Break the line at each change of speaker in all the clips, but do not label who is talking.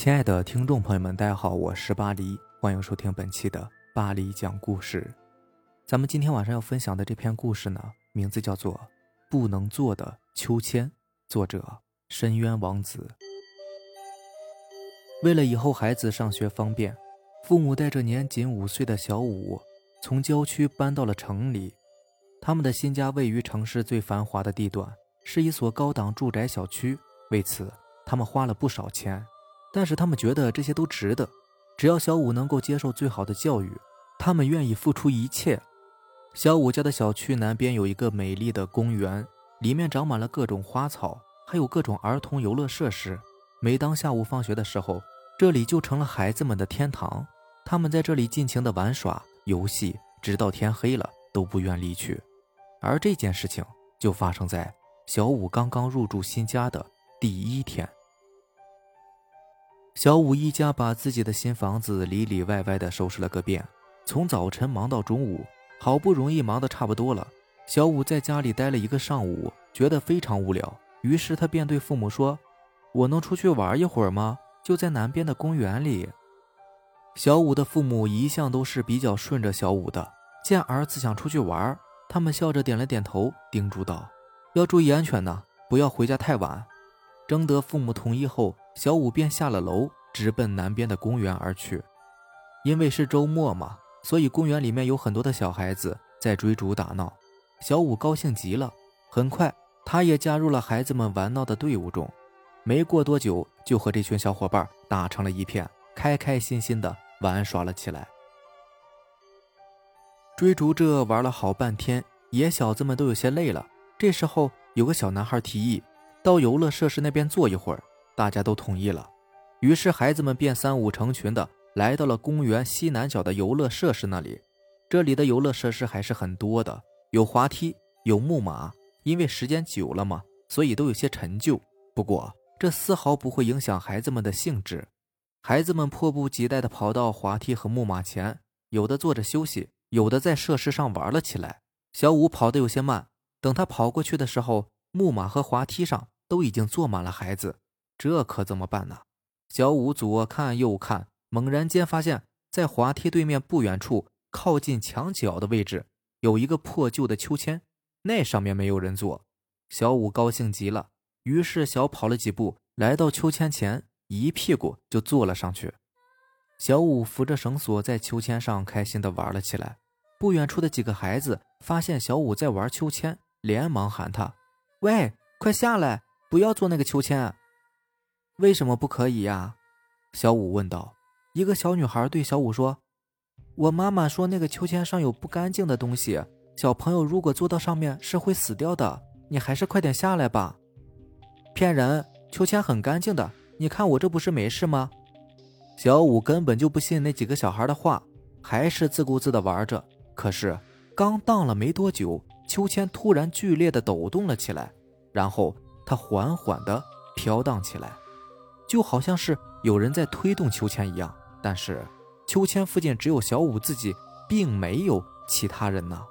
亲爱的听众朋友们，大家好，我是巴黎，欢迎收听本期的巴黎讲故事。咱们今天晚上要分享的这篇故事呢，名字叫做《不能做的秋千》，作者深渊王子。为了以后孩子上学方便，父母带着年仅5岁的小武从郊区搬到了城里。他们的新家位于城市最繁华的地段，是一所高档住宅小区，为此他们花了不少钱。但是他们觉得这些都值得，只要小武能够接受最好的教育，他们愿意付出一切。小武家的小区南边有一个美丽的公园，里面长满了各种花草，还有各种儿童游乐设施。每当下午放学的时候，这里就成了孩子们的天堂，他们在这里尽情地玩耍游戏，直到天黑了都不愿离去。而这件事情就发生在小武刚刚入住新家的第一天。小武一家把自己的新房子里里外外的收拾了个遍，从早晨忙到中午，好不容易忙得差不多了。小武在家里待了一个上午，觉得非常无聊，于是他便对父母说：“我能出去玩一会儿吗？就在南边的公园里。”小武的父母一向都是比较顺着小武的，见儿子想出去玩，他们笑着点了点头，叮嘱道：“要注意安全呢，不要回家太晚。”征得父母同意后，小武便下了楼，直奔南边的公园而去。因为是周末嘛，所以公园里面有很多的小孩子在追逐打闹。小武高兴极了，很快他也加入了孩子们玩闹的队伍中。没过多久，就和这群小伙伴打成了一片，开开心心地玩耍了起来。追逐着玩了好半天，野小子们都有些累了。这时候有个小男孩提议到游乐设施那边坐一会儿，大家都同意了。于是孩子们便3、5成群的来到了公园西南角的游乐设施那里。这里的游乐设施还是很多的，有滑梯，有木马，因为时间久了嘛，所以都有些陈旧。不过这丝毫不会影响孩子们的兴致。孩子们迫不及待地跑到滑梯和木马前，有的坐着休息，有的在设施上玩了起来。小武跑得有些慢，等他跑过去的时候，木马和滑梯上都已经坐满了孩子，这可怎么办呢？小武左看右看，猛然间发现在滑梯对面不远处，靠近墙角的位置有一个破旧的秋千，那上面没有人坐。小武高兴极了，于是小跑了几步，来到秋千前，一屁股就坐了上去。小武扶着绳索在秋千上开心地玩了起来。不远处的几个孩子发现小武在玩秋千，连忙喊他：“喂，快下来，不要坐那个秋千。”“为什么不可以呀？”小武问道。一个小女孩对小武说：“我妈妈说那个秋千上有不干净的东西，小朋友如果坐到上面是会死掉的，你还是快点下来吧。”“骗人，秋千很干净的，你看我这不是没事吗？”小武根本就不信那几个小孩的话，还是自顾自地玩着。可是刚荡了没多久，秋千突然剧烈地抖动了起来，然后它缓缓地飘荡起来，就好像是有人在推动秋千一样。但是秋千附近只有小武自己，并没有其他人呢。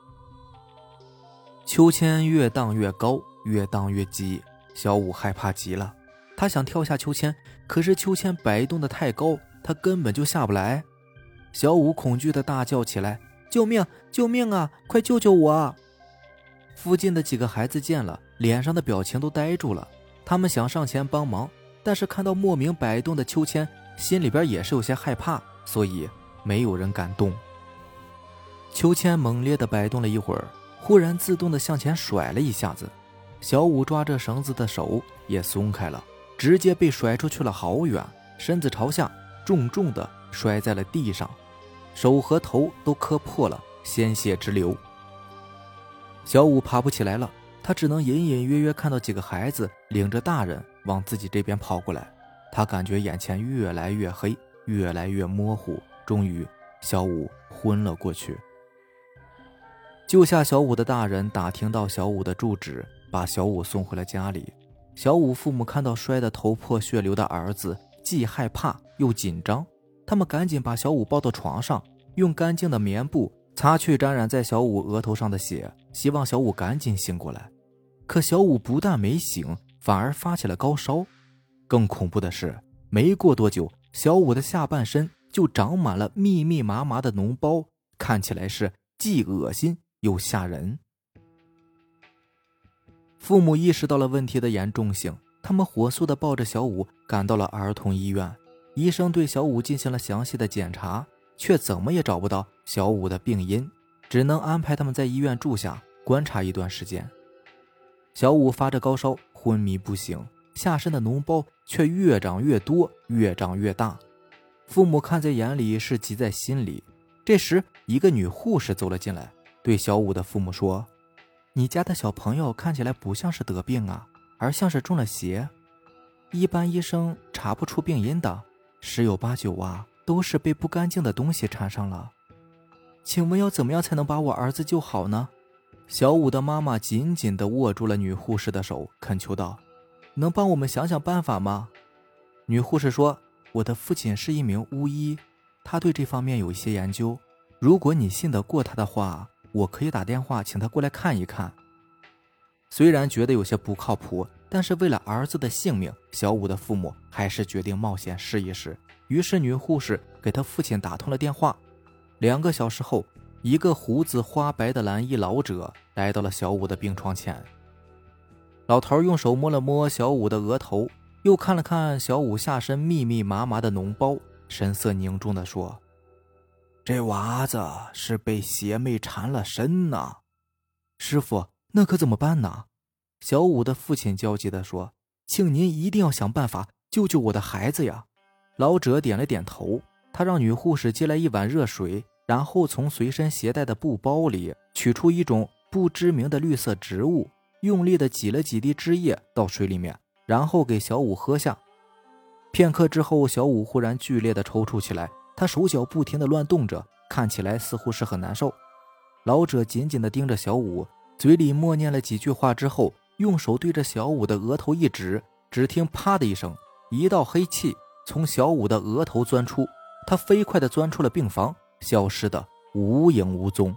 秋千越荡越高，越荡越急，小武害怕极了。他想跳下秋千，可是秋千摆动得太高，他根本就下不来。小武恐惧地大叫起来：“救命！救命啊！快救救我！”附近的几个孩子见了，脸上的表情都呆住了。他们想上前帮忙，但是看到莫名摆动的秋千，心里边也是有些害怕，所以没有人敢动。秋千猛烈地摆动了一会儿，忽然自动地向前甩了一下子，小武抓着绳子的手也松开了，直接被甩出去了好远，身子朝下，重重地摔在了地上，手和头都磕破了，鲜血直流。小武爬不起来了，他只能隐隐约约看到几个孩子领着大人往自己这边跑过来。他感觉眼前越来越黑，越来越模糊，终于小武昏了过去。救下小武的大人打听到小武的住址，把小武送回了家里。小武父母看到摔得头破血流的儿子，既害怕又紧张，他们赶紧把小武抱到床上，用干净的棉布擦去沾染在小武额头上的血，希望小武赶紧醒过来。可小武不但没醒，反而发起了高烧。更恐怖的是， 没过多久，小五的下半身就长满了密密麻麻的脓包，看起来是既恶心又吓人。父母意识到了问题的严重性，他们火速地抱着小五赶到了儿童医院。医生对小五进行了详细的检查，却怎么也找不到小五的病因，只能安排他们在医院住下观察一段时间。小五发着高烧，昏迷不醒，下身的脓包却越长越多，越长越大。父母看在眼里，是急在心里。这时一个女护士走了进来，对小五的父母说：你家的小朋友看起来不像是得病啊，而像是中了邪。一般医生查不出病因的，十有八九啊，都是被不干净的东西缠上了。请问要怎么样才能把我儿子救好呢？小五的妈妈紧紧地握住了女护士的手，恳求道：能帮我们想想办法吗？女护士说：我的父亲是一名巫医，他对这方面有一些研究，如果你信得过他的话，我可以打电话请他过来看一看。虽然觉得有些不靠谱，但是为了儿子的性命，小五的父母还是决定冒险试一试。于是女护士给他父亲打通了电话。2个小时后，一个胡子花白的蓝衣老者来到了小五的病床前。老头用手摸了摸小五的额头，又看了看小五下身密密麻麻的脓包，神色凝重地说：这娃子是被邪魅缠了身呐。师傅，那可怎么办呢？小五的父亲焦急地说：请您一定要想办法救救我的孩子呀。老者点了点头，他让女护士接来一碗热水，然后从随身携带的布包里取出一种不知名的绿色植物，用力地挤了几滴汁液到水里面，然后给小五喝下。片刻之后，小五忽然剧烈地抽搐起来，他手脚不停地乱动着，看起来似乎是很难受。老者紧紧地盯着小五，嘴里默念了几句话之后，用手对着小五的额头一指，只听啪的一声，一道黑气从小五的额头钻出，他飞快地钻出了病房，消失得无影无踪。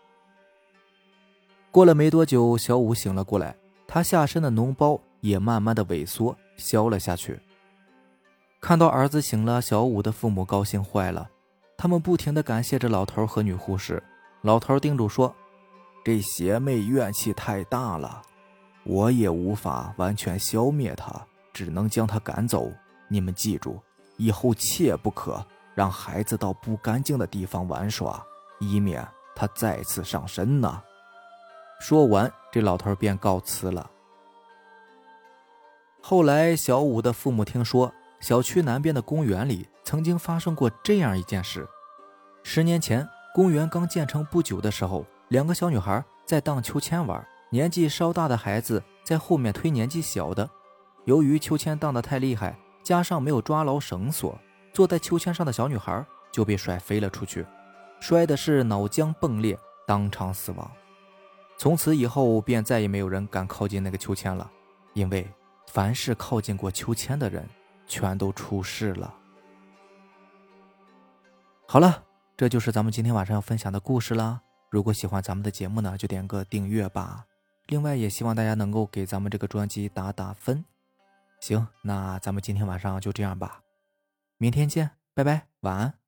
过了没多久，小五醒了过来，他下身的脓包也慢慢的萎缩消了下去。看到儿子醒了，小五的父母高兴坏了，他们不停地感谢着老头和女护士。老头叮嘱说：这邪魅怨气太大了，我也无法完全消灭它，只能将它赶走。你们记住，以后切不可让孩子到不干净的地方玩耍，以免他再次上身呢。说完，这老头便告辞了。后来小五的父母听说，小区南边的公园里曾经发生过这样一件事。10年前，公园刚建成不久的时候，2个小女孩在荡秋千玩，年纪稍大的孩子在后面推年纪小的。由于秋千荡得太厉害，加上没有抓牢绳索，坐在秋千上的小女孩就被甩飞了出去，摔的是脑浆迸裂，当场死亡。从此以后便再也没有人敢靠近那个秋千了，因为凡是靠近过秋千的人全都出事了。好了，这就是咱们今天晚上要分享的故事啦。如果喜欢咱们的节目呢，就点个订阅吧。另外也希望大家能够给咱们这个专辑打打分。行，那咱们今天晚上就这样吧，明天见，拜拜，晚安。